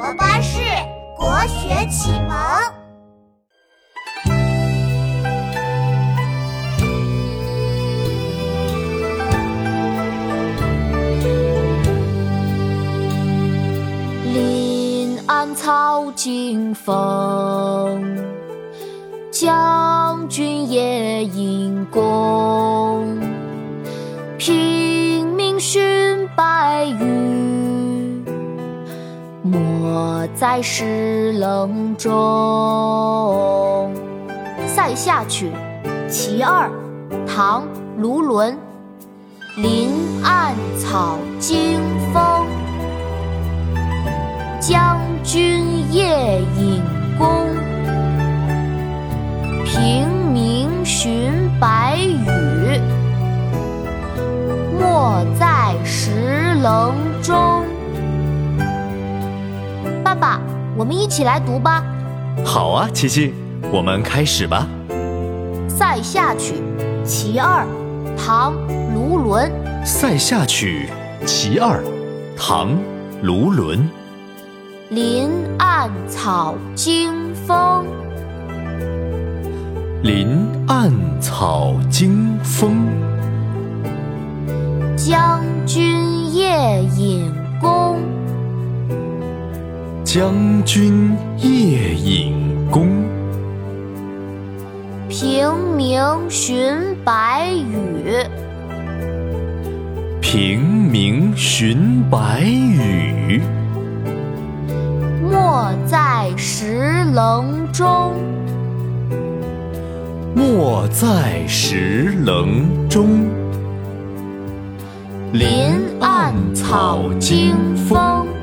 童巴士国学启蒙。 临安草径风，将军夜引弓。平明寻白羽，没在石棱中。塞下曲其二，唐·卢纶。临安草径风，将军夜引弓。平明寻白羽，没在石棱中。爸爸，我们一起来读吧。 好啊，琪琪，我们开始吧。 塞下曲其二，唐·卢纶。 塞下曲其二，唐·卢纶。 临安草径风， 临安草径风， 将军夜引弓。 将军夜引弓。 平明寻白羽， 平明寻白羽， 没在石棱中。 没在石棱中。 临安草径风。